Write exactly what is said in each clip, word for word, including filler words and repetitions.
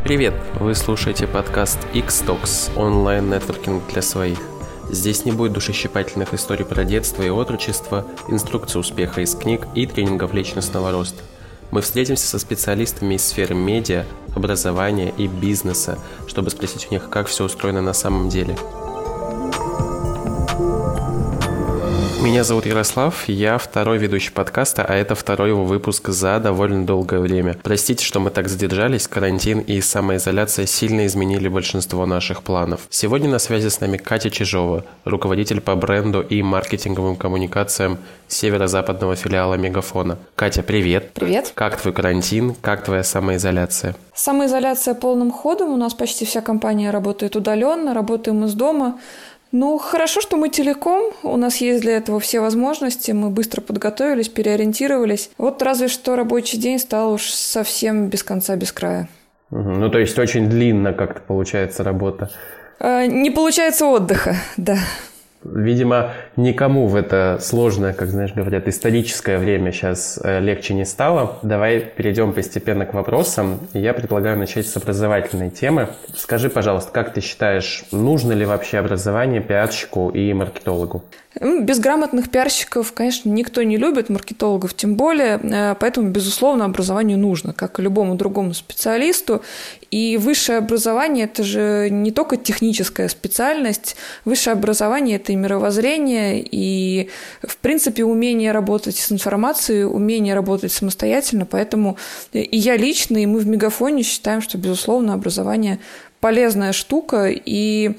Привет! Вы слушаете подкаст X-Talks, онлайн-нетворкинг для своих. Здесь не будет душещипательных историй про детство и отрочество, инструкций успеха из книг и тренингов личностного роста. Мы встретимся со специалистами из сферы медиа, образования и бизнеса, чтобы спросить у них, как все устроено на самом деле. Меня зовут Ярослав, я второй ведущий подкаста, а это второй его выпуск за довольно долгое время. Простите, что мы так задержались, карантин и самоизоляция сильно изменили большинство наших планов. Сегодня на связи с нами Катя Чижова, руководитель по бренду и маркетинговым коммуникациям северо-западного филиала Мегафона. Катя, привет! Привет! Как твой карантин, как твоя самоизоляция? Самоизоляция полным ходом, у нас почти вся компания работает удаленно, работаем из дома. Ну, хорошо, что мы телеком, у нас есть для этого все возможности, мы быстро подготовились, переориентировались. Вот разве что рабочий день стал уж совсем без конца, без края. Угу. Ну, то есть очень длинно как-то получается работа. Э, не получается отдыха, да. Видимо, никому в это сложное, как, знаешь, говорят, историческое время сейчас легче не стало. Давай перейдем постепенно к вопросам. Я предлагаю начать с образовательной темы. Скажи, пожалуйста, как ты считаешь, нужно ли вообще образование пиарщику и маркетологу? Без грамотных пиарщиков, конечно, никто не любит, маркетологов тем более, поэтому, безусловно, образование нужно, как и любому другому специалисту. И высшее образование – это же не только техническая специальность, высшее образование – это и мировоззрение, и, в принципе, умение работать с информацией, умение работать самостоятельно, поэтому и я лично, и мы в Мегафоне считаем, что, безусловно, образование – полезная штука, и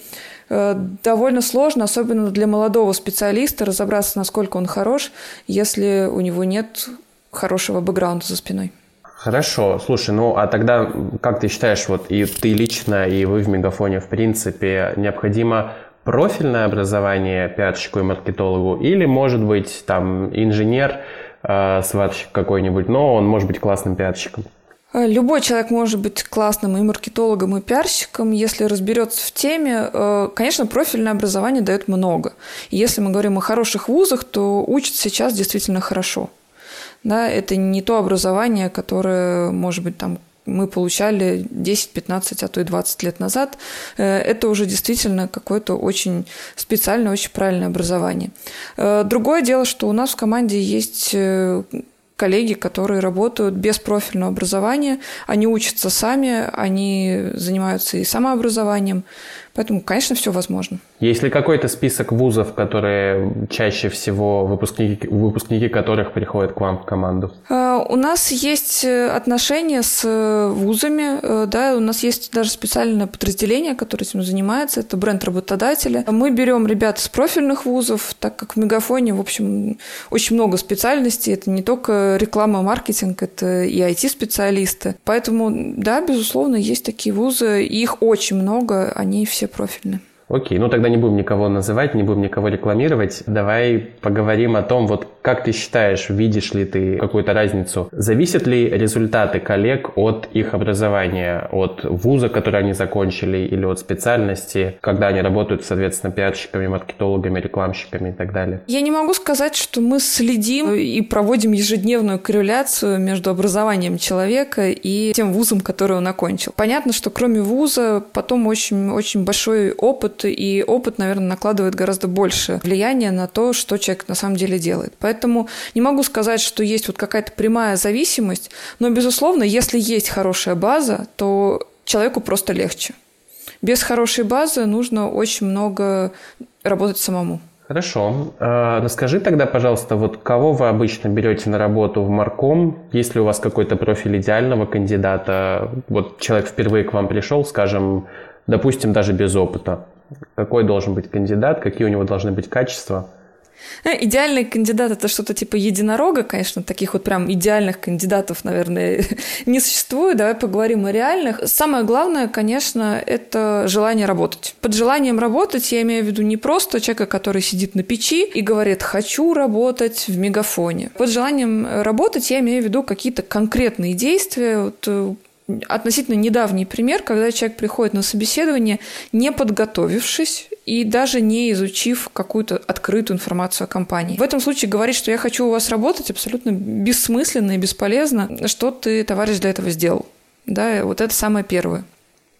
довольно сложно, особенно для молодого специалиста, разобраться, насколько он хорош, если у него нет хорошего бэкграунда за спиной. Хорошо. Слушай, ну а тогда, как ты считаешь, вот и ты лично, и вы в Мегафоне, в принципе, необходимо профильное образование пиарщику и маркетологу, или, может быть, там инженер, э, сварщик какой-нибудь, но он может быть классным пиарщиком? Любой человек может быть классным и маркетологом, и пиарщиком, если разберется в теме. Конечно, профильное образование дает много. И если мы говорим о хороших вузах, то учат сейчас действительно хорошо. Да, это не то образование, которое, может быть, там мы получали десять, пятнадцать, а то и двадцать лет назад. Это уже действительно какое-то очень специальное, очень правильное образование. Другое дело, что у нас в команде есть коллеги, которые работают без профильного образования, они учатся сами, они занимаются и самообразованием, поэтому, конечно, все возможно. Есть ли какой-то список вузов, которые чаще всего выпускники, выпускники которых приходят к вам в команду? У нас есть отношения с вузами, да, у нас есть даже специальное подразделение, которое этим занимается, это бренд работодателя. Мы берем ребят из профильных вузов, так как в Мегафоне, в общем, очень много специальностей, это не только реклама, маркетинг, это и ай ти-специалисты. Поэтому, да, безусловно, есть такие вузы, их очень много, они все профильные. Окей, ну тогда не будем никого называть, не будем никого рекламировать. Давай поговорим о том, вот как ты считаешь, видишь ли ты какую-то разницу? Зависят ли результаты коллег от их образования, от вуза, который они закончили, или от специальности, когда они работают, соответственно, пиарщиками, маркетологами, рекламщиками и так далее? Я не могу сказать, что мы следим и проводим ежедневную корреляцию между образованием человека и тем вузом, который он окончил. Понятно, что кроме вуза потом очень, очень большой опыт, и опыт, наверное, накладывает гораздо больше влияния на то, что человек на самом деле делает. Поэтому не могу сказать, что есть вот какая-то прямая зависимость, но, безусловно, если есть хорошая база, то человеку просто легче. Без хорошей базы нужно очень много работать самому. Хорошо. Расскажи тогда, пожалуйста, вот кого вы обычно берете на работу в Марком? Есть ли у вас какой-то профиль идеального кандидата? Вот человек впервые к вам пришел, скажем, допустим, даже без опыта. Какой должен быть кандидат, какие у него должны быть качества? Идеальный кандидат – это что-то типа единорога, конечно, таких вот прям идеальных кандидатов, наверное, не существует. Давай поговорим о реальных. Самое главное, конечно, это желание работать. Под желанием работать я имею в виду не просто человека, который сидит на печи и говорит «хочу работать в Мегафоне». Под желанием работать я имею в виду какие-то конкретные действия. Вот, относительно недавний пример, когда человек приходит на собеседование, не подготовившись и даже не изучив какую-то открытую информацию о компании. В этом случае говорить, что я хочу у вас работать, абсолютно бессмысленно и бесполезно. Что ты, товарищ, для этого сделал? Да, вот это самое первое.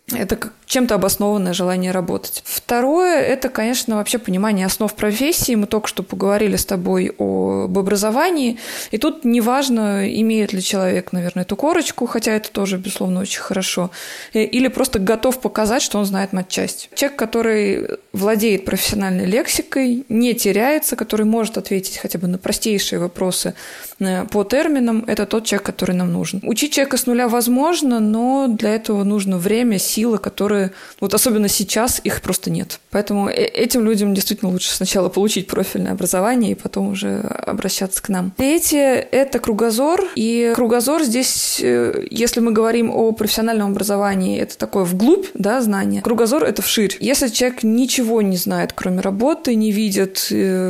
Это как чем-то обоснованное желание работать. Второе – это, конечно, вообще понимание основ профессии. Мы только что поговорили с тобой об образовании. И тут неважно, имеет ли человек, наверное, эту корочку, хотя это тоже, безусловно, очень хорошо, или просто готов показать, что он знает матчасть. Человек, который владеет профессиональной лексикой, не теряется, который может ответить хотя бы на простейшие вопросы по терминам, это тот человек, который нам нужен. Учить человека с нуля возможно, но для этого нужно время, силы, которые вот особенно сейчас их просто нет. Поэтому этим людям действительно лучше сначала получить профильное образование и потом уже обращаться к нам. Третье – это кругозор. И кругозор здесь, если мы говорим о профессиональном образовании, это такое вглубь, да, знание. Кругозор – это вширь. Если человек ничего не знает, кроме работы, не видит,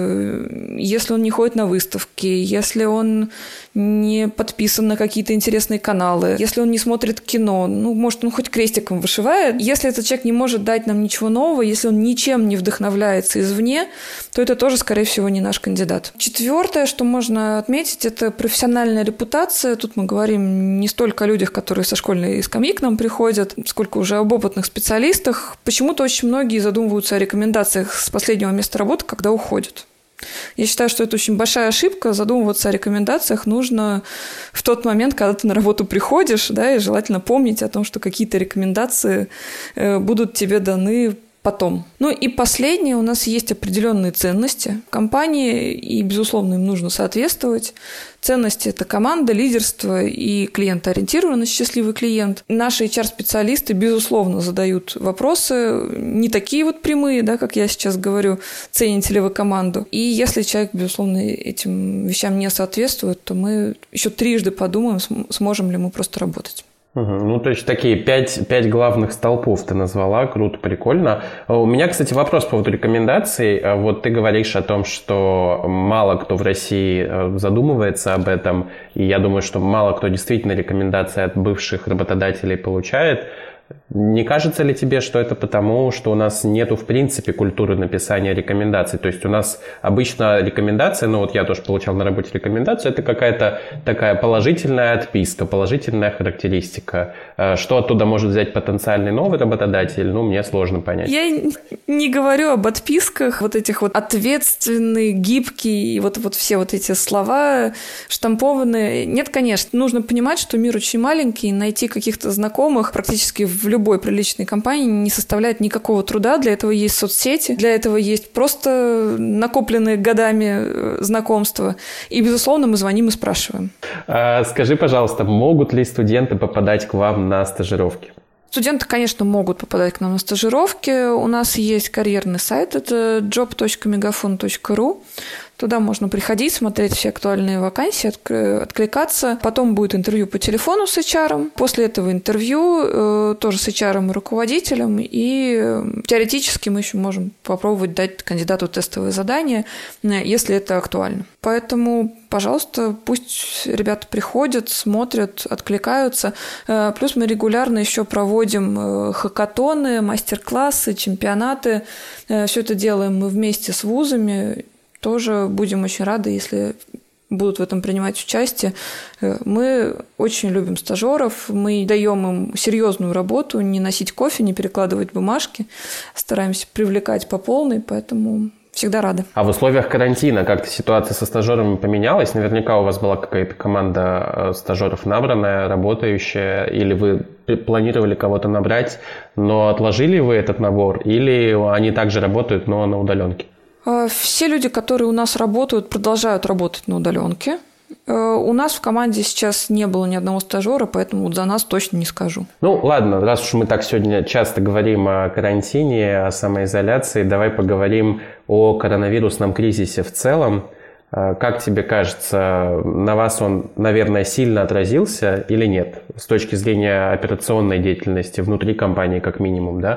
если он не ходит на выставки, если он не подписан на какие-то интересные каналы, если он не смотрит кино, ну, может, он хоть крестиком вышивает. Если этот человек не может дать нам ничего нового, если он ничем не вдохновляется извне, то это тоже, скорее всего, не наш кандидат. Четвертое, что можно отметить, это профессиональная репутация. Тут мы говорим не столько о людях, которые со школьной скамьи к нам приходят, сколько уже об опытных специалистах. Почему-то очень многие задумываются о рекомендациях с последнего места работы, когда уходят. Я считаю, что это очень большая ошибка. Задумываться о рекомендациях нужно в тот момент, когда ты на работу приходишь, да, и желательно помнить о том, что какие-то рекомендации будут тебе даны потом. Ну и последнее, у нас есть определенные ценности компании, и, безусловно, им нужно соответствовать. Ценности – это команда, лидерство и клиентоориентированность, счастливый клиент. Наши эйч ар-специалисты, безусловно, задают вопросы, не такие вот прямые, да, как я сейчас говорю, цените ли вы команду. И если человек, безусловно, этим вещам не соответствует, то мы еще трижды подумаем, сможем ли мы просто работать. Угу. Ну, то есть такие пять, пять главных столпов ты назвала, круто, прикольно. У меня, кстати, вопрос по поводу рекомендаций. Вот ты говоришь о том, что мало кто в России задумывается об этом, и я думаю, что мало кто действительно рекомендации от бывших работодателей получает. Не кажется ли тебе, что это потому, что у нас нету в принципе культуры написания рекомендаций? То есть у нас обычно рекомендация, ну вот я тоже получал на работе рекомендацию, это какая-то такая положительная отписка, положительная характеристика. Что оттуда может взять потенциальный новый работодатель, ну мне сложно понять. Я не говорю об отписках, вот этих вот ответственный, гибкий, и вот, вот все вот эти слова штампованные. Нет, конечно, нужно понимать, что мир очень маленький, найти каких-то знакомых практически в в любой приличной компании не составляет никакого труда. Для этого есть соцсети, для этого есть просто накопленные годами знакомства. И, безусловно, мы звоним и спрашиваем. А, скажи, пожалуйста, могут ли студенты попадать к вам на стажировки? Студенты, конечно, могут попадать к нам на стажировки. У нас есть карьерный сайт, это джоб точка мегафон точка ру. Туда можно приходить, смотреть все актуальные вакансии, откликаться. Потом будет интервью по телефону с эйч ар. После этого интервью э, тоже с эйч ар и руководителем. И э, теоретически мы еще можем попробовать дать кандидату тестовые задания, э, если это актуально. Поэтому, пожалуйста, пусть ребята приходят, смотрят, откликаются. Э, плюс мы регулярно еще проводим э, хакатоны, мастер-классы, чемпионаты. Э, все это делаем мы вместе с вузами. Тоже будем очень рады, если будут в этом принимать участие. Мы очень любим стажеров, мы даем им серьезную работу, не носить кофе, не перекладывать бумажки, стараемся привлекать по полной, поэтому всегда рады. А в условиях карантина как-то ситуация со стажерами поменялась? Наверняка у вас была какая-то команда стажеров набранная, работающая, или вы планировали кого-то набрать, но отложили вы этот набор, или они также работают, но на удаленке? Все люди, которые у нас работают, продолжают работать на удаленке. У нас в команде сейчас не было ни одного стажера, поэтому вот за нас точно не скажу. Ну, ладно, раз уж мы так сегодня часто говорим о карантине, о самоизоляции, давай поговорим о коронавирусном кризисе в целом. Как тебе кажется, на вас он, наверное, сильно отразился или нет? С точки зрения операционной деятельности внутри компании, как минимум, да?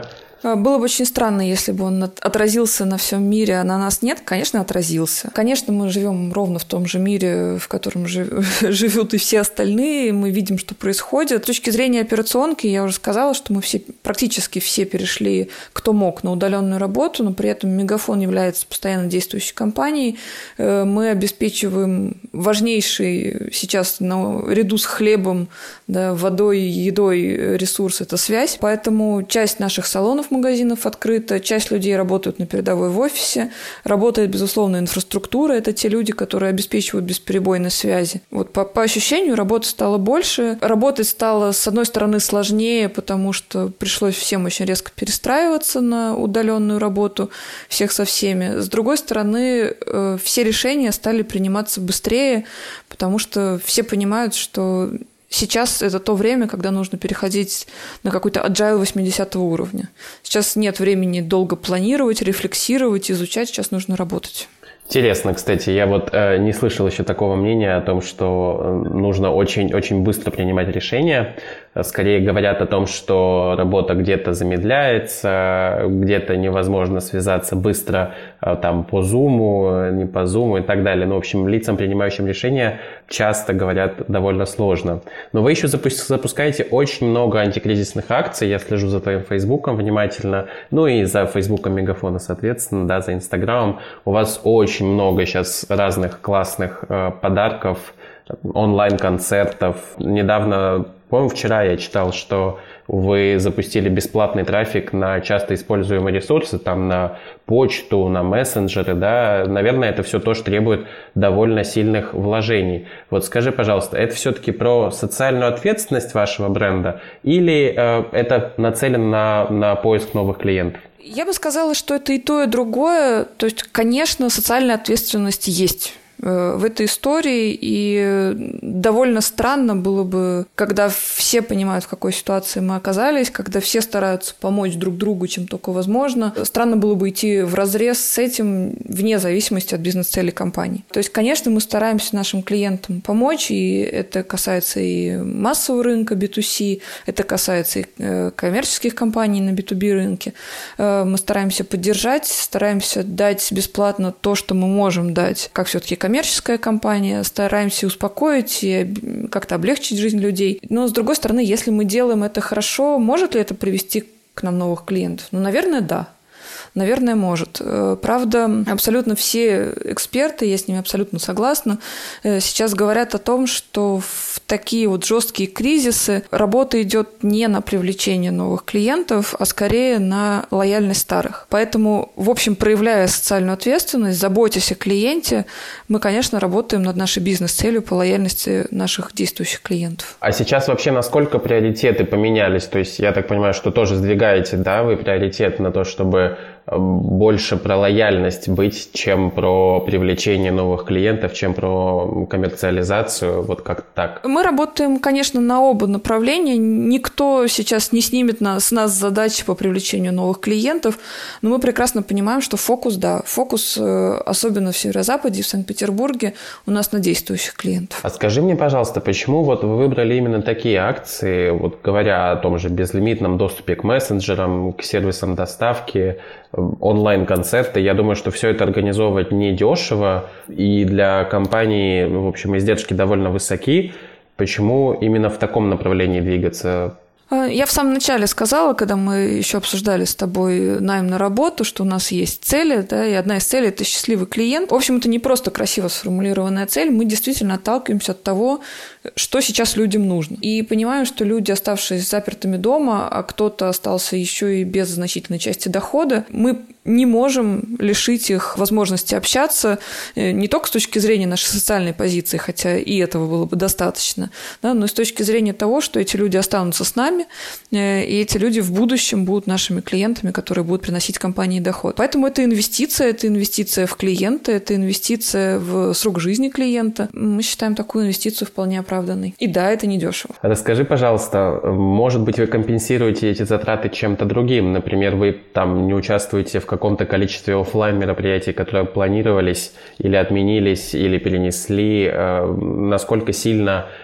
Было бы очень странно, если бы он отразился на всем мире, а на нас нет. Конечно, отразился. Конечно, мы живем ровно в том же мире, в котором живут и все остальные. Мы видим, что происходит. С точки зрения операционки, я уже сказала, что мы все, практически все перешли, кто мог, на удаленную работу, но при этом Мегафон является постоянно действующей компанией. Мы обеспечиваем важнейший сейчас наряду с хлебом, да, водой, едой ресурс – это связь. Поэтому часть наших салонов, магазинов открыта, часть людей работают на передовой в офисе, работает, безусловно, инфраструктура, это те люди, которые обеспечивают бесперебойные связи. Вот по, по ощущению работы стало больше, работать стало, с одной стороны, сложнее, потому что пришлось всем очень резко перестраиваться на удаленную работу, всех со всеми. С другой стороны, все решения стали приниматься быстрее, потому что все понимают, что сейчас это то время, когда нужно переходить на какой-то agile восьмидесятого уровня. Сейчас нет времени долго планировать, рефлексировать, изучать, сейчас нужно работать. Интересно, кстати, я вот э, не слышал еще такого мнения о том, что нужно очень-очень быстро принимать решения. Скорее говорят о том, что работа где-то замедляется, где-то невозможно связаться быстро э, там по Zoom, не по Zoom и так далее. Ну, в общем, лицам, принимающим решения, часто говорят довольно сложно. Но вы еще запускаете очень много антикризисных акций. Я слежу за твоим Фейсбуком внимательно, ну и за Фейсбуком Мегафона, соответственно, да, за Инстаграмом. У вас очень много сейчас разных классных э, подарков, онлайн-концертов. Недавно, по-моему, вчера я читал, что вы запустили бесплатный трафик на часто используемые ресурсы, там на почту, на мессенджеры, да. Наверное, это все тоже требует довольно сильных вложений. Вот скажи, пожалуйста, это все-таки про социальную ответственность вашего бренда или э, это нацелено на, на поиск новых клиентов? Я бы сказала, что это и то, и другое. То есть, конечно, социальная ответственность есть в этой истории, и довольно странно было бы, когда все понимают, в какой ситуации мы оказались, когда все стараются помочь друг другу, чем только возможно. Странно было бы идти вразрез с этим вне зависимости от бизнес-целей компании. То есть, конечно, мы стараемся нашим клиентам помочь, и это касается и массового рынка би ту си, это касается и коммерческих компаний на би ту би рынке. Мы стараемся поддержать, стараемся дать бесплатно то, что мы можем дать, как все-таки коммерческая компания, стараемся успокоить и как-то облегчить жизнь людей. Но, с другой стороны, если мы делаем это хорошо, может ли это привести к нам новых клиентов? Ну, наверное, да. Наверное, может. Правда, абсолютно все эксперты, я с ними абсолютно согласна, сейчас говорят о том, что в такие вот жесткие кризисы работа идет не на привлечение новых клиентов, а скорее на лояльность старых. Поэтому, в общем, проявляя социальную ответственность, заботясь о клиенте, мы, конечно, работаем над нашей бизнес-целью по лояльности наших действующих клиентов. А сейчас вообще насколько приоритеты поменялись? То есть я так понимаю, что тоже сдвигаете, да, вы приоритет на то, чтобы больше про лояльность быть, чем про привлечение новых клиентов, чем про коммерциализацию, вот как так? Мы работаем, конечно, на оба направления. Никто сейчас не снимет нас, с нас задачи по привлечению новых клиентов, но мы прекрасно понимаем, что фокус, да, фокус, особенно в Северо-Западе, в Санкт-Петербурге, у нас на действующих клиентов. А скажи мне, пожалуйста, почему вот вы выбрали именно такие акции, вот говоря о том же безлимитном доступе к мессенджерам, к сервисам доставки, онлайн-концерты. Я думаю, что все это организовывать недешево, и для компании, в общем, издержки довольно высоки. Почему именно в таком направлении двигаться? Я в самом начале сказала, когда мы еще обсуждали с тобой найм на работу, что у нас есть цели, да, и одна из целей – это счастливый клиент. В общем, это не просто красиво сформулированная цель, мы действительно отталкиваемся от того, что сейчас людям нужно. И понимаем, что люди, оставшись запертыми дома, а кто-то остался еще и без значительной части дохода, мы не можем лишить их возможности общаться не только с точки зрения нашей социальной позиции, хотя и этого было бы достаточно, да, но и с точки зрения того, что эти люди останутся с нами, и эти люди в будущем будут нашими клиентами, которые будут приносить компании доход. Поэтому это инвестиция, это инвестиция в клиента, это инвестиция в срок жизни клиента. Мы считаем такую инвестицию вполне оправданной. И да, это недешево. Расскажи, пожалуйста, может быть, вы компенсируете эти затраты чем-то другим? Например, вы там не участвуете в каком-то количестве офлайн мероприятий, которые планировались или отменились, или перенесли. Насколько сильно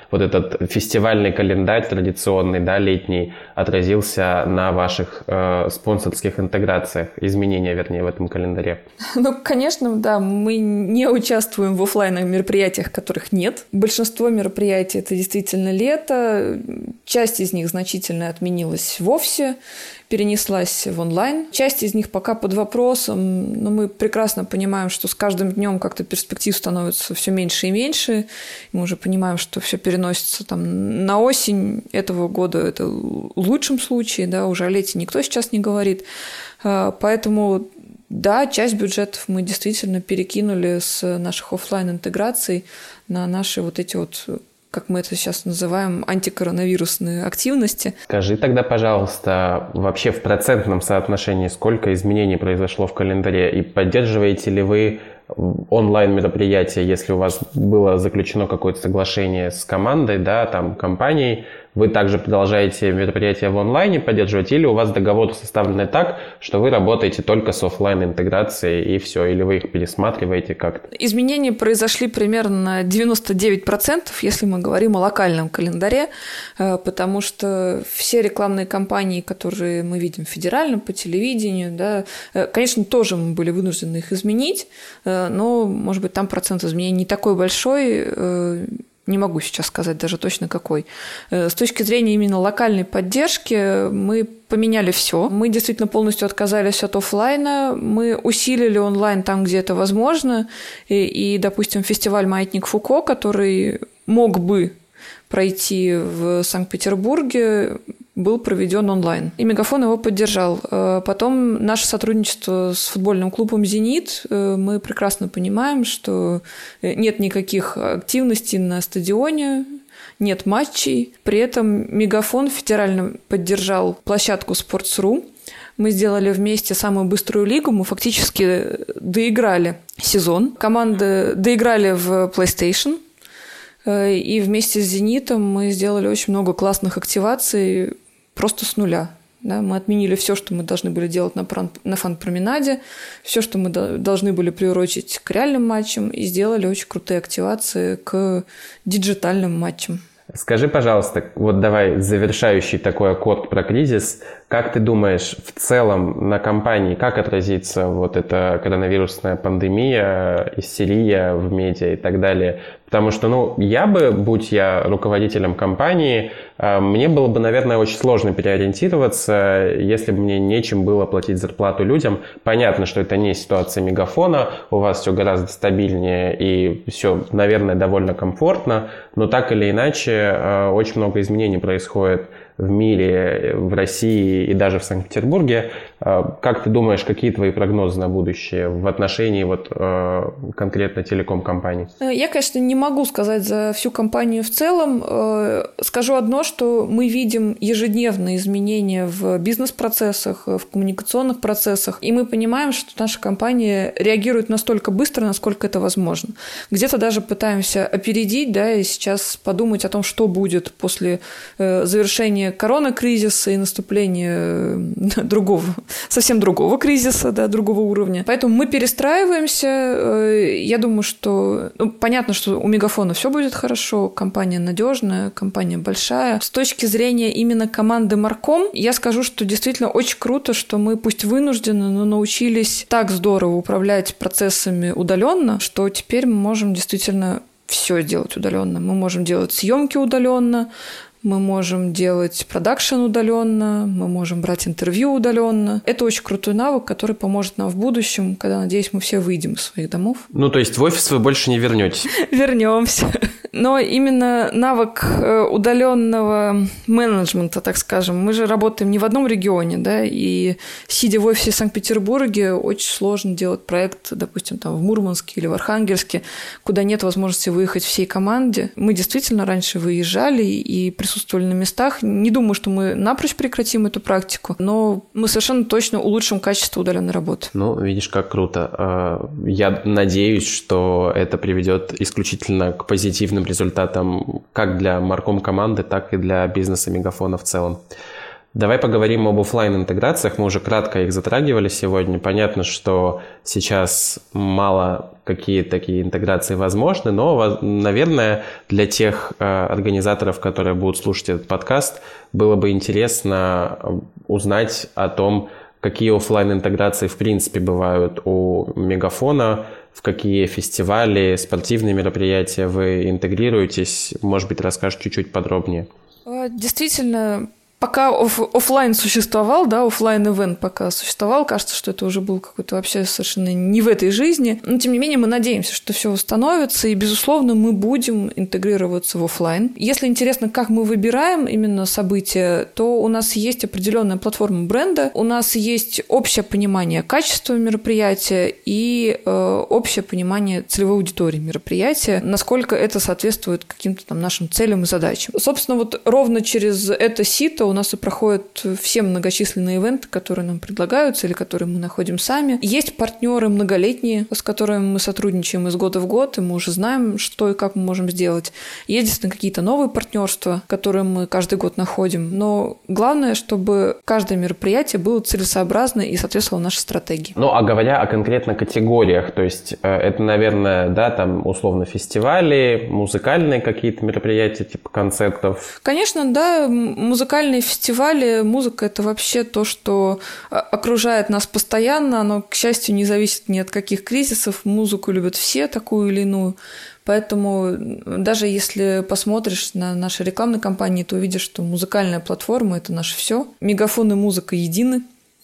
вот этот фестивальный календарь традиционный, да, летний, отразился на ваших э, спонсорских интеграциях, изменения, вернее, в этом календаре? Ну, конечно, да, мы не участвуем в офлайн мероприятиях, которых нет. Большинство мероприятий – это действительно лето, часть из них значительно отменилась вовсе, перенеслась в онлайн. Часть из них пока под вопросом, но мы прекрасно понимаем, что с каждым днем как-то перспектив становится все меньше и меньше. Мы уже понимаем, что все переносится там на осень этого года. Это в лучшем случае, да, уже о лете никто сейчас не говорит. Поэтому, да, часть бюджетов мы действительно перекинули с наших офлайн-интеграций на наши вот эти вот, как мы это сейчас называем, антикоронавирусные активности. Скажи тогда, пожалуйста, вообще в процентном соотношении сколько изменений произошло в календаре, и поддерживаете ли вы онлайн-мероприятия, если у вас было заключено какое-то соглашение с командой, да, там, компанией, вы также продолжаете мероприятия в онлайне поддерживать, или у вас договоры составлены так, что вы работаете только с офлайн-интеграцией и все, или вы их пересматриваете как-то? Изменения произошли примерно на девяносто девять процентов, если мы говорим о локальном календаре, потому что все рекламные кампании, которые мы видим федерально по телевидению, да, конечно, тоже мы были вынуждены их изменить, но, может быть, там процент изменений не такой большой. Не могу сейчас сказать даже точно какой. С точки зрения именно локальной поддержки мы поменяли все. Мы действительно полностью отказались от офлайна. Мы усилили онлайн там, где это возможно. И, и допустим, фестиваль «Маятник Фуко», который мог бы пройти в Санкт-Петербурге, был проведен онлайн. И Мегафон его поддержал. Потом наше сотрудничество с футбольным клубом «Зенит». Мы прекрасно понимаем, что нет никаких активностей на стадионе, нет матчей. При этом Мегафон федерально поддержал площадку «Спортс.ру». Мы сделали вместе самую быструю лигу, мы фактически доиграли сезон. Команды доиграли в PlayStation. И вместе с «Зенитом» мы сделали очень много классных активаций просто с нуля. Да, мы отменили все, что мы должны были делать на, на фан-променаде, все, что мы до, должны были приурочить к реальным матчам, и сделали очень крутые активации к диджитальным матчам. Скажи, пожалуйста, вот давай завершающий такой аккорд про кризис. Как ты думаешь, в целом на компании как отразится вот эта коронавирусная пандемия, истерия в медиа и так далее? Потому что, ну, я бы, будь я руководителем компании, мне было бы, наверное, очень сложно переориентироваться, если бы мне нечем было платить зарплату людям. Понятно, что это не ситуация Мегафона, у вас все гораздо стабильнее и все, наверное, довольно комфортно, но так или иначе очень много изменений происходит в мире, в России и даже в Санкт-Петербурге. Как ты думаешь, какие твои прогнозы на будущее в отношении вот конкретно телеком-компаний? Я, конечно, не могу сказать за всю компанию в целом. Скажу одно, что мы видим ежедневные изменения в бизнес-процессах, в коммуникационных процессах, и мы понимаем, что наша компания реагирует настолько быстро, насколько это возможно. Где-то даже пытаемся опередить, да, и сейчас подумать о том, что будет после завершения коронакризиса и наступления другого, совсем другого кризиса, да, другого уровня. Поэтому мы перестраиваемся. Я думаю, что... Ну, понятно, что у Мегафона все будет хорошо, компания надежная, компания большая. С точки зрения именно команды Марком, я скажу, что действительно очень круто, что мы, пусть вынуждены, но научились так здорово управлять процессами удаленно, что теперь мы можем действительно все делать удаленно. Мы можем делать съемки удаленно, мы можем делать продакшн удаленно, мы можем брать интервью удаленно. Это очень крутой навык, который поможет нам в будущем, когда, надеюсь, мы все выйдем из своих домов. Ну, то есть в офис вы больше не вернетесь? Вернемся. Но именно навык удаленного менеджмента, так скажем, мы же работаем не в одном регионе, да, и сидя в офисе в Санкт-Петербурге, очень сложно делать проект, допустим, там в Мурманске или в Архангельске, куда нет возможности выехать всей команде. Мы действительно раньше выезжали и присутствовали на местах. Не думаю, что мы напрочь прекратим эту практику, но мы совершенно точно улучшим качество удаленной работы. Ну, видишь, как круто. Я надеюсь, что это приведет исключительно к позитивным результатам как для Марком команды, так и для бизнеса Мегафона в целом. Давай поговорим об офлайн-интеграциях. Мы уже кратко их затрагивали сегодня. Понятно, что сейчас мало какие такие интеграции возможны, но, наверное, для тех организаторов, которые будут слушать этот подкаст, было бы интересно узнать о том, какие офлайн-интеграции в принципе бывают у Мегафона, в какие фестивали, спортивные мероприятия вы интегрируетесь. Может быть, расскажешь чуть-чуть подробнее. Действительно, пока оф- офлайн существовал, да, офлайн-ивент пока существовал, кажется, что это уже был какой-то вообще совершенно не в этой жизни. Но, тем не менее, мы надеемся, что все восстановится, и, безусловно, мы будем интегрироваться в офлайн. Если интересно, как мы выбираем именно события, то у нас есть определенная платформа бренда, у нас есть общее понимание качества мероприятия и э, общее понимание целевой аудитории мероприятия, насколько это соответствует каким-то там нашим целям и задачам. Собственно, вот ровно через это сито у нас и проходят все многочисленные ивенты, которые нам предлагаются или которые мы находим сами. Есть партнеры многолетние, с которыми мы сотрудничаем из года в год, и мы уже знаем, что и как мы можем сделать. Есть, действительно, какие-то новые партнерства, которые мы каждый год находим. Но главное, чтобы каждое мероприятие было целесообразно и соответствовало нашей стратегии. Ну, а говоря о конкретно категориях, то есть это, наверное, да, там условно фестивали, музыкальные какие-то мероприятия, типа концертов? Конечно, да, музыкальные фестивали, музыка – это вообще то, что окружает нас постоянно, оно, к счастью, не зависит ни от каких кризисов, музыку любят все, такую или иную, поэтому даже если посмотришь на наши рекламные кампании, то увидишь, что музыкальная платформа – это наше все, Мегафон и музыка едины.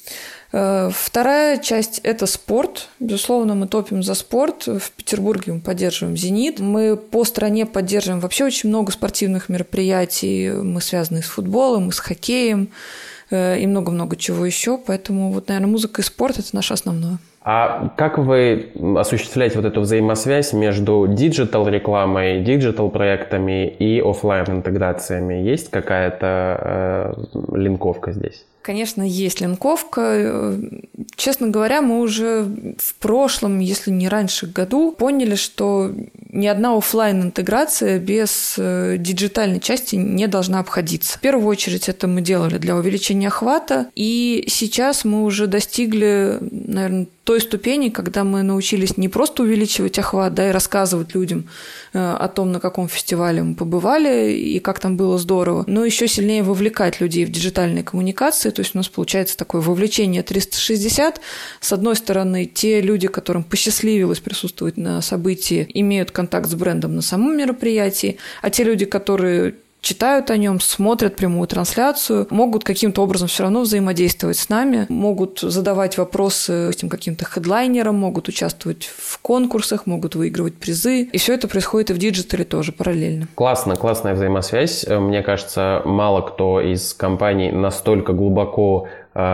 Вторая часть – это спорт. Безусловно, мы топим за спорт. В Петербурге мы поддерживаем «Зенит». Мы по стране поддерживаем вообще очень много спортивных мероприятий. Мы связаны с футболом, и с хоккеем, и много-много чего еще. Поэтому, вот, наверное, музыка и спорт – это наше основное. А как вы осуществляете вот эту взаимосвязь между диджитал-рекламой, диджитал-проектами и офлайн-интеграциями? Есть какая-то э, линковка здесь? Конечно, есть линковка. Честно говоря, мы уже в прошлом, если не раньше году, поняли, что ни одна офлайн-интеграция без диджитальной части не должна обходиться. В первую очередь это мы делали для увеличения охвата, и сейчас мы уже достигли, наверное, той ступени, когда мы научились не просто увеличивать охват, да, и рассказывать людям о том, на каком фестивале мы побывали и как там было здорово, но еще сильнее вовлекать людей в диджитальные коммуникации. То есть у нас получается такое вовлечение триста шестьдесят. С одной стороны, те люди, которым посчастливилось присутствовать на событии, имеют контакт с брендом на самом мероприятии, а те люди, которые читают о нем, смотрят прямую трансляцию, могут каким-то образом все равно взаимодействовать с нами, могут задавать вопросы этим каким-то хедлайнерам, могут участвовать в конкурсах, могут выигрывать призы. И все это происходит и в диджитале тоже параллельно. Классно, классная взаимосвязь. Мне кажется, мало кто из компаний настолько глубоко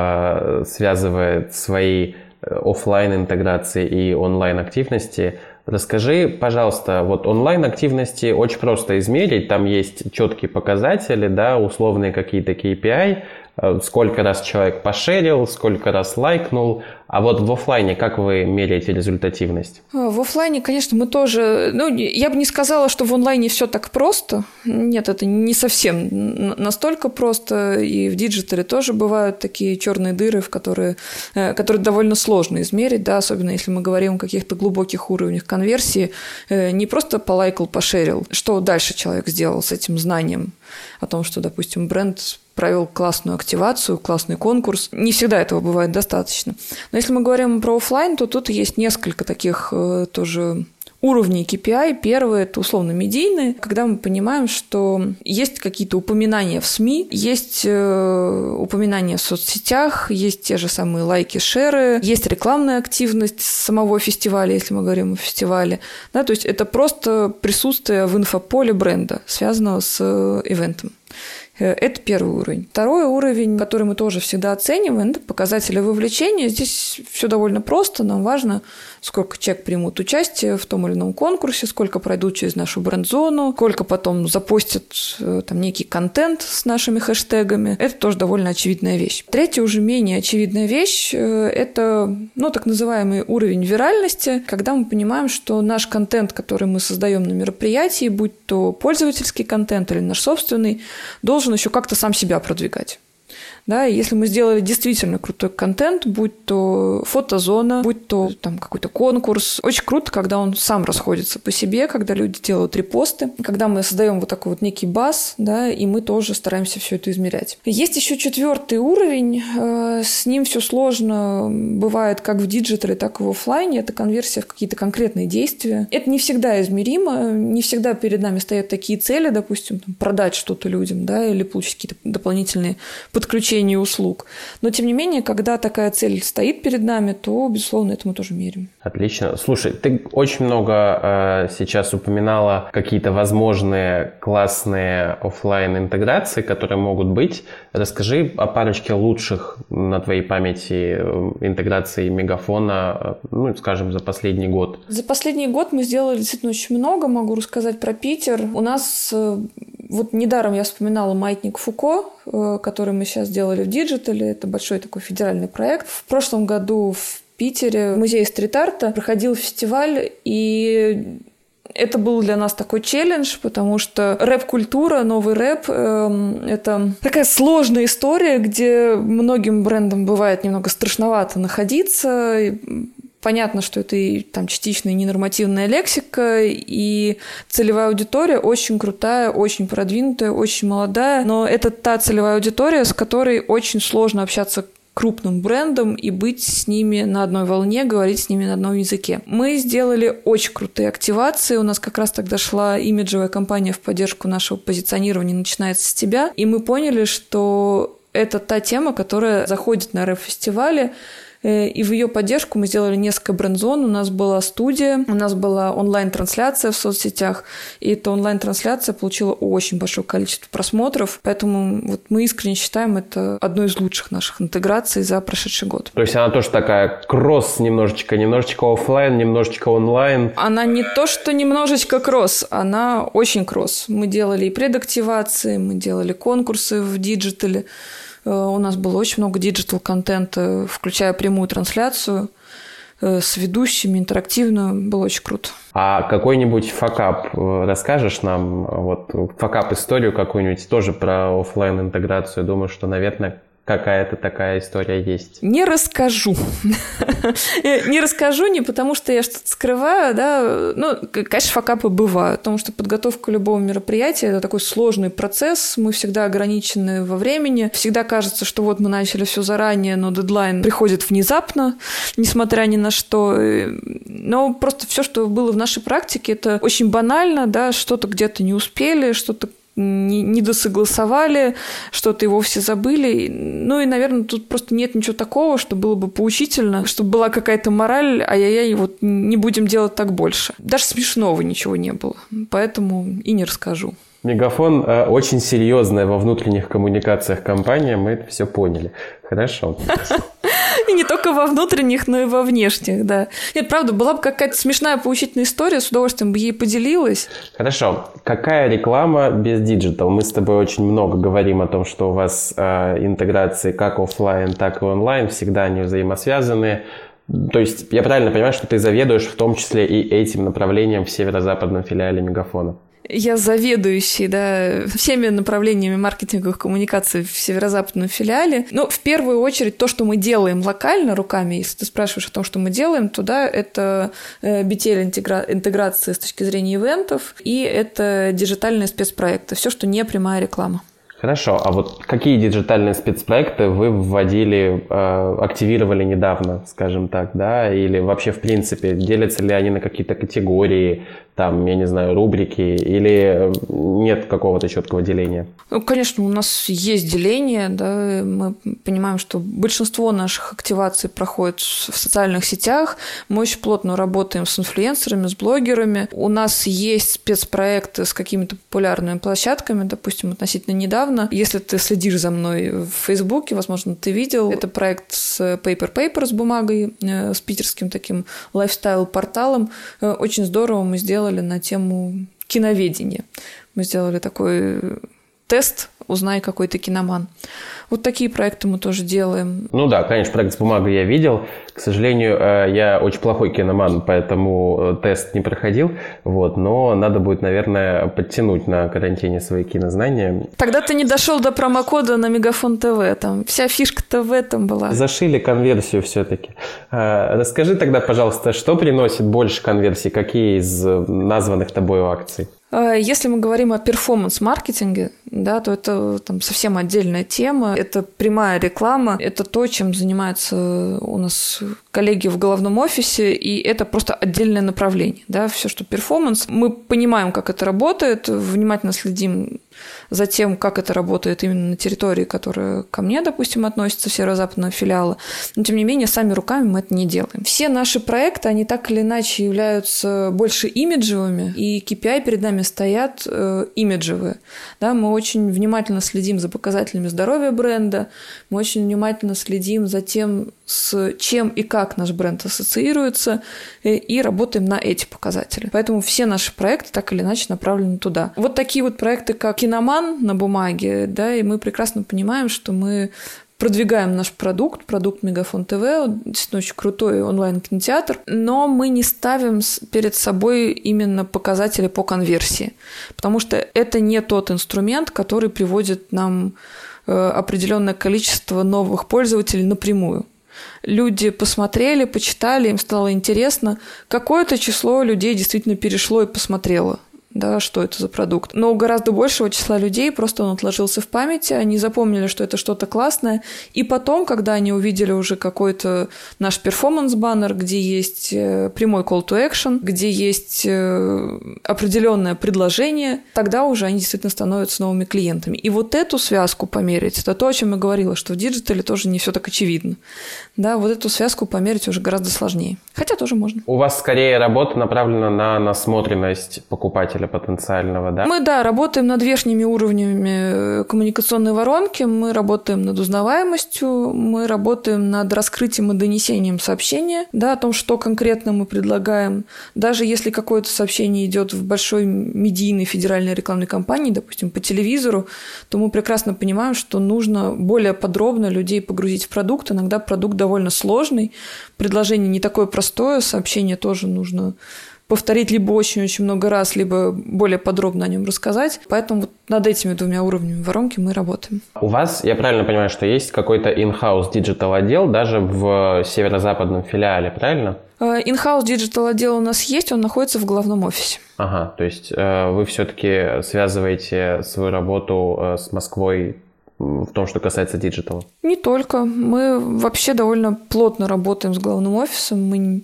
э, связывает свои офлайн-интеграции и онлайн-активности. Расскажи, пожалуйста, вот онлайн-активности очень просто измерить, там есть четкие показатели, да, условные какие-то кей пи ай, сколько раз человек пошерил, сколько раз лайкнул, а вот в офлайне как вы меряете результативность? В офлайне, конечно, мы тоже, ну, я бы не сказала, что в онлайне все так просто. Нет, это не совсем настолько просто, и в диджитале тоже бывают такие черные дыры, в которые, которые довольно сложно измерить, да, особенно если мы говорим о каких-то глубоких уровнях конверсии, не просто полайкал, пошерил. Что дальше человек сделал с этим знанием о том, что, допустим, бренд провел классную активацию, классный конкурс. Не всегда этого бывает достаточно. Но если мы говорим про офлайн, то тут есть несколько таких э, тоже уровней кей пи ай. Первый – это условно медийные, когда мы понимаем, что есть какие-то упоминания в СМИ, есть э, упоминания в соцсетях, есть те же самые лайки, шеры, есть рекламная активность самого фестиваля, если мы говорим о фестивале. Да, то есть это просто присутствие в инфополе бренда, связанного с э, ивентом. Это первый уровень. Второй уровень, который мы тоже всегда оцениваем, это показатели вовлечения. Здесь все довольно просто. Нам важно, сколько человек примут участие в том или ином конкурсе, сколько пройдут через нашу бренд-зону, сколько потом запостят там некий контент с нашими хэштегами. Это тоже довольно очевидная вещь. Третья, уже менее очевидная вещь, это, ну, так называемый уровень виральности, когда мы понимаем, что наш контент, который мы создаем на мероприятии, будь то пользовательский контент или наш собственный, должен еще как-то сам себя продвигать. Да, и если мы сделали действительно крутой контент, будь то фотозона, будь то там какой-то конкурс, очень круто, когда он сам расходится по себе, когда люди делают репосты, когда мы создаем вот такой вот некий баз, да, и мы тоже стараемся все это измерять. Есть еще четвертый уровень, с ним все сложно бывает как в диджитале, так и в офлайне, это конверсия в какие-то конкретные действия. Это не всегда измеримо, не всегда перед нами стоят такие цели, допустим, там, продать что-то людям, да, или получить какие-то дополнительные подключения услуг. Но, тем не менее, когда такая цель стоит перед нами, то, безусловно, это мы тоже меряем. Отлично. Слушай, ты очень много э, сейчас упоминала какие-то возможные классные офлайн интеграции, которые могут быть. Расскажи о парочке лучших на твоей памяти интеграций Мегафона, ну, скажем, за последний год. За последний год мы сделали действительно очень много. Могу рассказать про Питер. У нас, вот недаром я вспоминала «Маятник Фуко», который мы сейчас делали в диджитале. Это большой такой федеральный проект. В прошлом году в Питере в музее стрит-арта проходил фестиваль, и это был для нас такой челлендж, потому что рэп-культура, новый рэп э, – это такая сложная история, где многим брендам бывает немного страшновато находиться. Понятно, что это и там частичная ненормативная лексика, и целевая аудитория очень крутая, очень продвинутая, очень молодая, но это та целевая аудитория, с которой очень сложно общаться крупным брендом и быть с ними на одной волне, говорить с ними на одном языке. Мы сделали очень крутые активации. У нас как раз тогда шла имиджевая кампания в поддержку нашего позиционирования «Начинается с тебя», и мы поняли, что это та тема, которая заходит на рэп-фестивале. И в ее поддержку мы сделали несколько бренд-зон. У нас была студия, у нас была онлайн-трансляция в соцсетях, и эта онлайн-трансляция получила очень большое количество просмотров, поэтому вот мы искренне считаем это одной из лучших наших интеграций за прошедший год. То есть она тоже такая кросс немножечко, немножечко офлайн, немножечко онлайн? Она не то, что немножечко кросс, она очень кросс. Мы делали и предактивации, мы делали конкурсы в диджитале. У нас было очень много диджитал-контента, включая прямую трансляцию с ведущими, интерактивную. Было очень круто. А какой-нибудь факап расскажешь нам? Вот факап-историю какую-нибудь тоже про офлайн-интеграцию. Думаю, что, наверное, какая-то такая история есть. Не расскажу. Не расскажу не потому, что я что-то скрываю, да. Ну, конечно, факапы бывают, потому что подготовка любого мероприятия – это такой сложный процесс. Мы всегда ограничены во времени. Всегда кажется, что вот мы начали все заранее, но дедлайн приходит внезапно, несмотря ни на что. Но просто все, что было в нашей практике, это очень банально, да, что-то где-то не успели, что-то не, не досогласовали, что-то и вовсе забыли. Ну и, наверное, тут просто нет ничего такого, что было бы поучительно, чтобы была какая-то мораль, ай-яй-яй, вот не будем делать так больше. Даже смешного ничего не было, поэтому и не расскажу. Мегафон э, очень серьезная во внутренних коммуникациях компания, мы это все поняли. Хорошо. И не только во внутренних, но и во внешних, да. Нет, правда, была бы какая-то смешная поучительная история, с удовольствием бы ей поделилась. Хорошо. Какая реклама без диджитал? Мы с тобой очень много говорим о том, что у вас э, интеграции как офлайн, так и онлайн, всегда они взаимосвязаны. То есть я правильно понимаю, что ты заведуешь в том числе и этим направлением в северо-западном филиале Мегафона? Я заведующий, да, всеми направлениями маркетинговых коммуникаций в северо-западном филиале. Но в первую очередь то, что мы делаем локально руками, если ты спрашиваешь о том, что мы делаем, то да, это би ти эл-интеграция с точки зрения ивентов, и это диджитальные спецпроекты, все, что не прямая реклама. Хорошо, а вот какие диджитальные спецпроекты вы вводили, э, активировали недавно, скажем так, да, или вообще в принципе, делятся ли они на какие-то категории, там, я не знаю, рубрики, или нет какого-то четкого деления? Ну, конечно, у нас есть деление, да, мы понимаем, что большинство наших активаций проходит в социальных сетях, мы очень плотно работаем с инфлюенсерами, с блогерами, у нас есть спецпроекты с какими-то популярными площадками, допустим, относительно недавно. Если ты следишь за мной в Фейсбуке, возможно, ты видел, это проект с Paper Paper, с бумагой, с питерским таким лайфстайл-порталом. Очень здорово мы сделали на тему киноведения. Мы сделали такой тест «Узнай, какой ты киноман». Вот такие проекты мы тоже делаем. Ну да, конечно, проект с бумагой я видел. К сожалению, я очень плохой киноман, поэтому тест не проходил. Вот, но надо будет, наверное, подтянуть на карантине свои кинознания. Тогда ты не дошел до промокода на Мегафон ТВ. Там вся фишка ТВ там была. Зашили конверсию все-таки. Расскажи тогда, пожалуйста, что приносит больше конверсий? Какие из названных тобой акций? Если мы говорим о перформанс-маркетинге, да, то это там совсем отдельная тема. Это прямая реклама, это то, чем занимаются у нас коллеги в головном офисе, и это просто отдельное направление. Да, все, что перформанс. Мы понимаем, как это работает, внимательно следим за тем, как это работает именно на территории, которая ко мне, допустим, относится, северо-западного филиала. Но, тем не менее, сами руками мы это не делаем. Все наши проекты, они так или иначе являются больше имиджевыми, и кей пи ай перед нами стоят э, имиджевые. Да, мы очень внимательно следим за показателями здоровья бренда, мы очень внимательно следим за тем, с чем и как наш бренд ассоциируется, и, и работаем на эти показатели. Поэтому все наши проекты так или иначе направлены туда. Вот такие вот проекты, как «Киноман» на бумаге, да, и мы прекрасно понимаем, что мы продвигаем наш продукт, продукт Мегафон ТВ, действительно очень крутой онлайн-кинотеатр, но мы не ставим перед собой именно показатели по конверсии, потому что это не тот инструмент, который приводит нам определенное количество новых пользователей напрямую. Люди посмотрели, почитали, им стало интересно. Какое-то число людей действительно перешло и посмотрело, да, что это за продукт. Но у гораздо большего числа людей просто он отложился в памяти, они запомнили, что это что-то классное, и потом, когда они увидели уже какой-то наш перформанс-баннер, где есть прямой call to action, где есть определенное предложение, тогда уже они действительно становятся новыми клиентами. И вот эту связку померить, это то, о чем я говорила, что в диджитале тоже не все так очевидно. Да, вот эту связку померить уже гораздо сложнее. Хотя тоже можно. У вас скорее работа направлена на насмотренность покупателя потенциального, да? Мы, да, работаем над верхними уровнями коммуникационной воронки, мы работаем над узнаваемостью, мы работаем над раскрытием и донесением сообщения, да, о том, что конкретно мы предлагаем. Даже если какое-то сообщение идет в большой медийной федеральной рекламной кампании, допустим, по телевизору, то мы прекрасно понимаем, что нужно более подробно людей погрузить в продукт. Иногда продукт довольно сложный, предложение не такое простое, сообщение тоже нужно повторить либо очень-очень много раз, либо более подробно о нем рассказать. Поэтому вот над этими двумя уровнями воронки мы работаем. У вас, я правильно понимаю, что есть какой-то in-house digital отдел даже в северо-западном филиале, правильно? In-house digital отдел у нас есть, он находится в главном офисе. Ага, то есть вы все-таки связываете свою работу с Москвой в том, что касается диджитала? Не только. Мы вообще довольно плотно работаем с главным офисом. Мы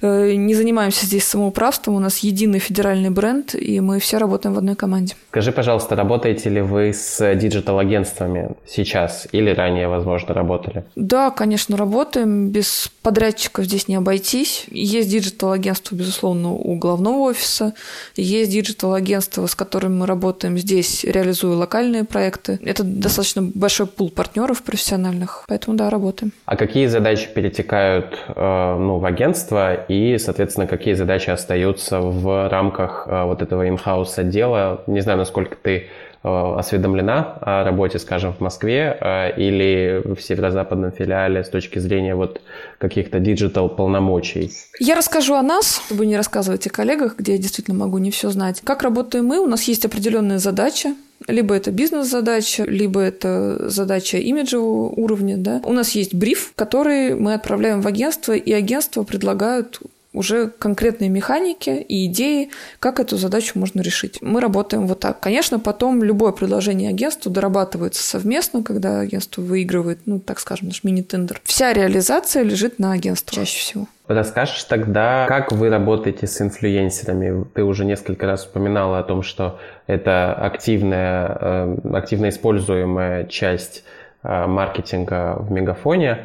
не занимаемся здесь самоуправством. У нас единый федеральный бренд, и мы все работаем в одной команде. Скажи, пожалуйста, работаете ли вы с диджитал-агентствами сейчас или ранее, возможно, работали? Да, конечно, работаем. Без подрядчиков здесь не обойтись. Есть диджитал-агентство, безусловно, у главного офиса. Есть диджитал-агентство, с которыми мы работаем здесь, реализуя локальные проекты. Это достаточно большой пул партнеров профессиональных, поэтому да, работаем. А какие задачи перетекают э, ну, в агентство и, соответственно, какие задачи остаются в рамках э, вот этого in-house отдела? Не знаю, насколько ты э, осведомлена о работе, скажем, в Москве э, или в северо-западном филиале с точки зрения вот каких-то диджитал-полномочий. Я расскажу о нас, чтобы не рассказывать о коллегах, где я действительно могу не все знать. Как работаем мы? У нас есть определенные задачи. Либо это бизнес-задача, либо это задача имиджевого уровня. Да? У нас есть бриф, который мы отправляем в агентство, и агентства предлагают уже конкретные механики и идеи, как эту задачу можно решить. Мы работаем вот так. Конечно, потом любое предложение агентству дорабатывается совместно, когда агентство выигрывает, ну, так скажем, наш мини-тендер. Вся реализация лежит на агентстве чаще всего. Расскажешь тогда, как вы работаете с инфлюенсерами? Ты уже несколько раз упоминала о том, что это активная, активно используемая часть маркетинга в Мегафоне.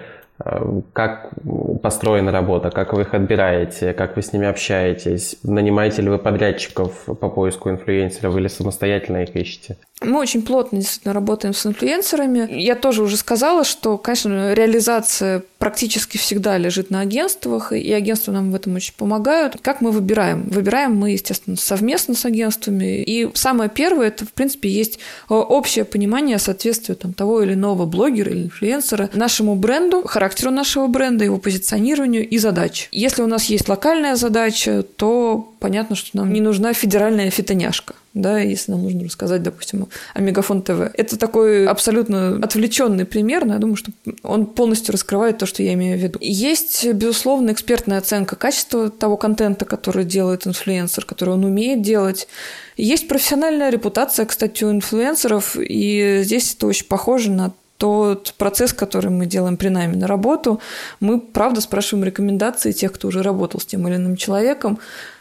Как построена работа, как вы их отбираете, как вы с ними общаетесь, нанимаете ли вы подрядчиков по поиску инфлюенсеров или самостоятельно их ищете? Мы очень плотно действительно работаем с инфлюенсерами. Я тоже уже сказала, что, конечно, реализация практически всегда лежит на агентствах, и агентства нам в этом очень помогают. Как мы выбираем? Выбираем мы, естественно, совместно с агентствами. И самое первое, это, в принципе, есть общее понимание соответствия там, того или иного блогера или инфлюенсера нашему бренду, характеру нашего бренда, его позиционированию и задаче. Если у нас есть локальная задача, то понятно, что нам не нужна федеральная фитоняшка. Да, если нам нужно рассказать, допустим, о Мегафон ТВ. Это такой абсолютно отвлеченный пример, но я думаю, что он полностью раскрывает то, что я имею в виду. Есть, безусловно, экспертная оценка качества того контента, который делает инфлюенсер, который он умеет делать. Есть профессиональная репутация, кстати, у инфлюенсеров, и здесь это очень похоже на тот процесс, который мы делаем при найме на работу. Мы, правда, спрашиваем рекомендации тех, кто уже работал с тем или иным человеком,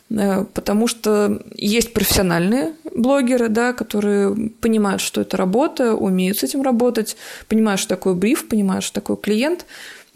потому что есть профессиональные блогеры, да, которые понимают, что это работа, умеют с этим работать, понимают, что такое бриф, понимают, что такое клиент.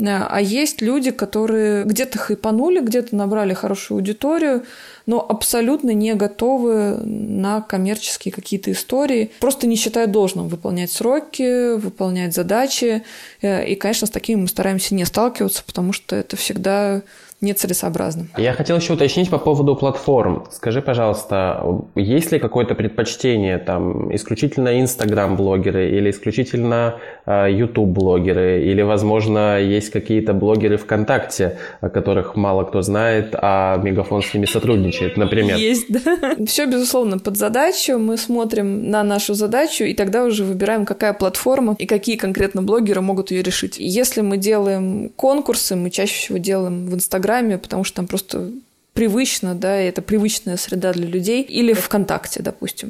А есть люди, которые где-то хайпанули, где-то набрали хорошую аудиторию, но абсолютно не готовы на коммерческие какие-то истории, просто не считают должным выполнять сроки, выполнять задачи. И, конечно, с такими мы стараемся не сталкиваться, потому что это всегда нецелесообразно. Я хотел еще уточнить по поводу платформ. Скажи, пожалуйста, есть ли какое-то предпочтение, там, исключительно Инстаграм-блогеры или исключительно э, YouTube-блогеры, или, возможно, есть какие-то блогеры ВКонтакте, о которых мало кто знает, а Мегафон с ними сотрудничает, например? Есть, да. Все, безусловно, под задачу. Мы смотрим на нашу задачу, и тогда уже выбираем, какая платформа и какие конкретно блогеры могут ее решить. Если мы делаем конкурсы, мы чаще всего делаем в Инстаграме, потому что там просто привычно, да, и это привычная среда для людей, или ВКонтакте, допустим.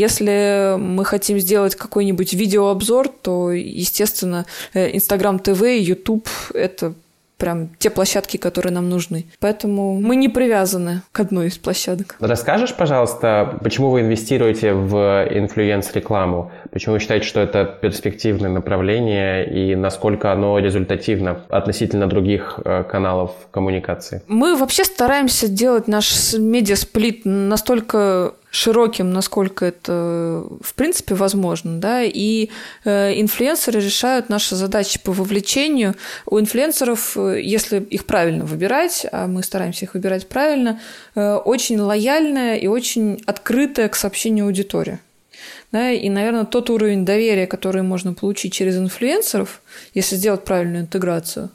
Если мы хотим сделать какой-нибудь видеообзор, то, естественно, Инстаграм ТВ, Ютуб — это прям те площадки, которые нам нужны. Поэтому мы не привязаны к одной из площадок. Расскажешь, пожалуйста, почему вы инвестируете в инфлюенс-рекламу? Почему вы считаете, что это перспективное направление и насколько оно результативно относительно других каналов коммуникации? Мы вообще стараемся делать наш медиасплит настолько широким, насколько это в принципе возможно, да, и э, инфлюенсеры решают наши задачи по вовлечению. У инфлюенсеров, если их правильно выбирать, а мы стараемся их выбирать правильно, э, очень лояльная и очень открытая к сообщению аудитория. Да, и, наверное, тот уровень доверия, который можно получить через инфлюенсеров, если сделать правильную интеграцию,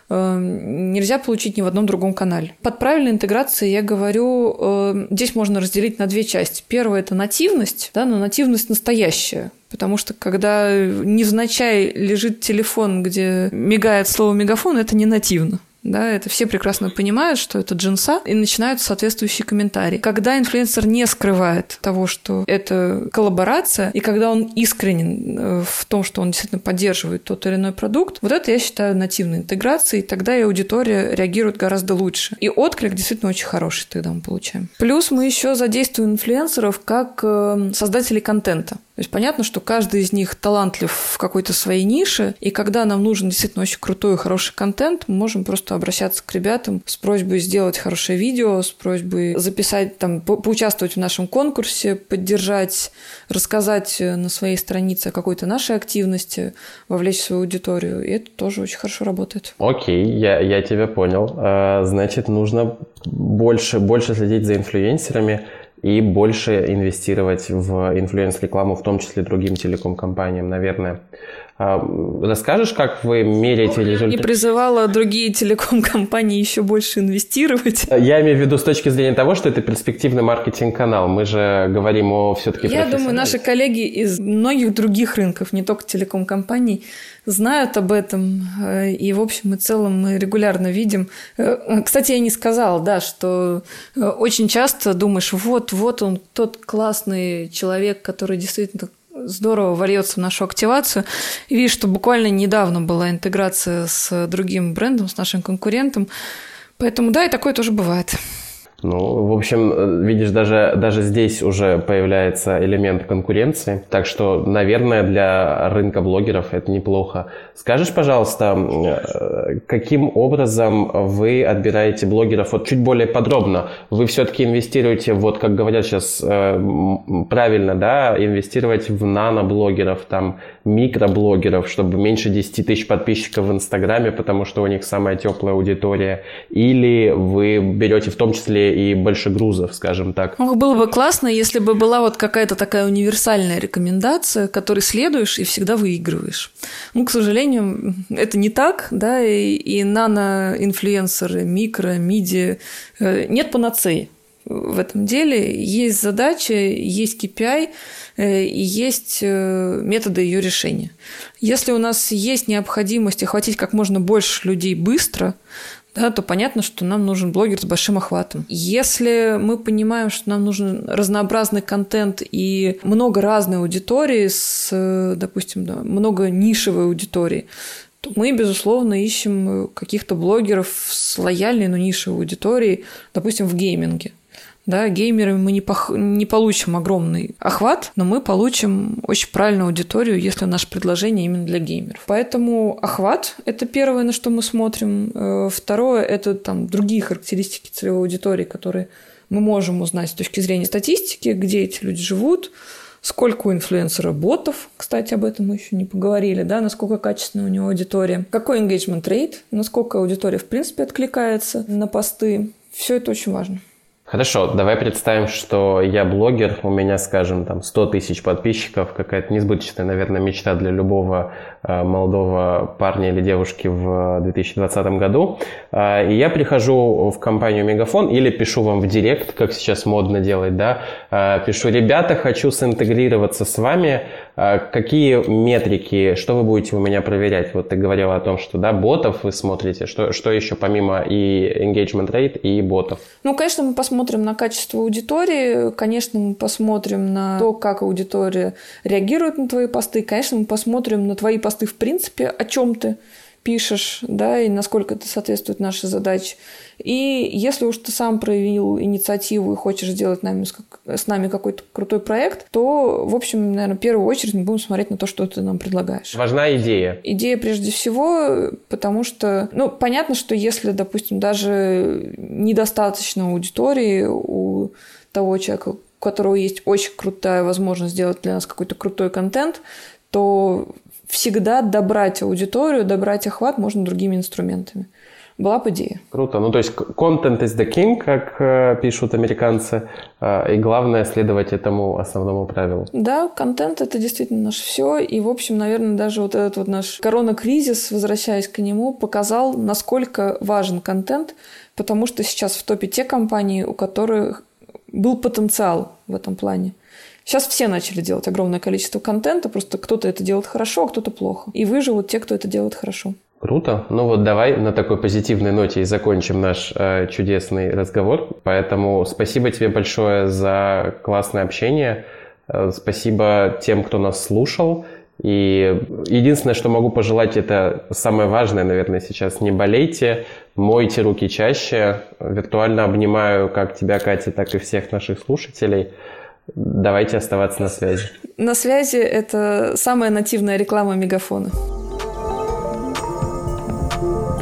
нельзя получить ни в одном другом канале. Под правильной интеграцией я говорю, здесь можно разделить на две части. Первое – это нативность, да, но нативность настоящая. Потому что когда невзначай лежит телефон, где мигает слово «мегафон», это не нативно. Да, это все прекрасно понимают, что это джинса, и начинаются соответствующие комментарии. Когда инфлюенсер не скрывает того, что это коллаборация, и когда он искренен в том, что он действительно поддерживает тот или иной продукт, вот это я считаю нативной интеграцией, и тогда и аудитория реагирует гораздо лучше. И отклик действительно очень хороший тогда мы получаем. Плюс мы еще задействуем инфлюенсеров как создателей контента. То есть понятно, что каждый из них талантлив в какой-то своей нише, и когда нам нужен действительно очень крутой и хороший контент, мы можем просто обращаться к ребятам с просьбой сделать хорошее видео, с просьбой записать, там, по- поучаствовать в нашем конкурсе, поддержать, рассказать на своей странице о какой-то нашей активности, вовлечь свою аудиторию. И это тоже очень хорошо работает. Окей, я, я тебя понял. А, значит, нужно больше, больше следить за инфлюенсерами и больше инвестировать в инфлюенс-рекламу, в том числе другим телеком-компаниям, наверное. Расскажешь, как вы меряете результаты? Я не призывала другие телеком-компании еще больше инвестировать. Я имею в виду с точки зрения того, что это перспективный маркетинг-канал. Мы же говорим о все-таки Я думаю, наши коллеги из многих других рынков, не только телеком-компаний, знают об этом. И, в общем и целом, мы регулярно видим. Кстати, я не сказала, да, что очень часто думаешь, вот, вот он, тот классный человек, который действительно здорово вольется в нашу активацию. И видишь, что буквально недавно была интеграция с другим брендом, с нашим конкурентом. Поэтому да, и такое тоже бывает. Ну, в общем, видишь, даже, даже здесь уже появляется элемент конкуренции. Так что, наверное, для рынка блогеров это неплохо. Скажешь, пожалуйста, каким образом вы отбираете блогеров? Вот чуть более подробно. Вы все-таки инвестируете, вот как говорят сейчас правильно, да, инвестировать в наноблогеров, там, микроблогеров, чтобы меньше десять тысяч подписчиков в Инстаграме, потому что у них самая теплая аудитория. Или вы берете в том числе и больше грузов, скажем так. Ну, было бы классно, если бы была вот какая-то такая универсальная рекомендация, которой следуешь и всегда выигрываешь. Ну, к сожалению, это не так, да, и, и нано-инфлюенсеры, микро, миди, нет панацеи в этом деле. Есть задача, есть кей пи ай и есть методы ее решения. Если у нас есть необходимость охватить как можно больше людей быстро, да, то понятно, что нам нужен блогер с большим охватом. Если мы понимаем, что нам нужен разнообразный контент и много разной аудитории, с, допустим, да, много нишевой аудитории, то мы, безусловно, ищем каких-то блогеров с лояльной, но нишевой аудиторией, допустим, в гейминге. Да, геймерами мы не, пох... не получим огромный охват, но мы получим очень правильную аудиторию, если наше предложение именно для геймеров. Поэтому охват – это первое, на что мы смотрим. Второе – это там, другие характеристики целевой аудитории, которые мы можем узнать с точки зрения статистики, где эти люди живут, сколько у инфлюенсера ботов, кстати, об этом мы еще не поговорили, да, насколько качественная у него аудитория, какой engagement rate, насколько аудитория в принципе откликается на посты. Все это очень важно. Хорошо, давай представим, что я блогер, у меня, скажем, там сто тысяч подписчиков, какая-то несбыточная, наверное, мечта для любого э, молодого парня или девушки в две тысячи двадцатом году. Э, и я прихожу в компанию Мегафон или пишу вам в директ, как сейчас модно делать, да, э, пишу: ребята, хочу синтегрироваться с вами, э, какие метрики, что вы будете у меня проверять? Вот ты говорила о том, что, да, ботов вы смотрите, что, что еще помимо и engagement rate, и ботов? Ну, конечно, мы посмотрим Посмотрим на качество аудитории, конечно, мы посмотрим на то, как аудитория реагирует на твои посты, конечно, мы посмотрим на твои посты в принципе, о чем ты пишешь, да, и насколько это соответствует нашей задаче. И если уж ты сам проявил инициативу и хочешь сделать нами, с нами какой-то крутой проект, то, в общем, наверное, в первую очередь мы будем смотреть на то, что ты нам предлагаешь. Важна идея. Идея прежде всего, потому что, ну, понятно, что если, допустим, даже недостаточно аудитории у того человека, у которого есть очень крутая возможность сделать для нас какой-то крутой контент, то всегда добрать аудиторию, добрать охват можно другими инструментами. Была бы идея. Круто. Ну, то есть content is the king, как э, пишут американцы, э, и главное следовать этому основному правилу. Да, контент – это действительно наше все. И, в общем, наверное, даже вот этот вот наш коронакризис, возвращаясь к нему, показал, насколько важен контент, потому что сейчас в топе те компании, у которых был потенциал в этом плане. Сейчас все начали делать огромное количество контента, просто кто-то это делает хорошо, а кто-то плохо. И выживут те, кто это делает хорошо. Круто. Ну вот давай на такой позитивной ноте и закончим наш э, чудесный разговор. Поэтому спасибо тебе большое за классное общение. Э, спасибо тем, кто нас слушал. И единственное, что могу пожелать, это самое важное, наверное, сейчас. Не болейте, мойте руки чаще. Виртуально обнимаю как тебя, Катя, так и всех наших слушателей. Давайте оставаться на связи. На связи – это самая нативная реклама Мегафона.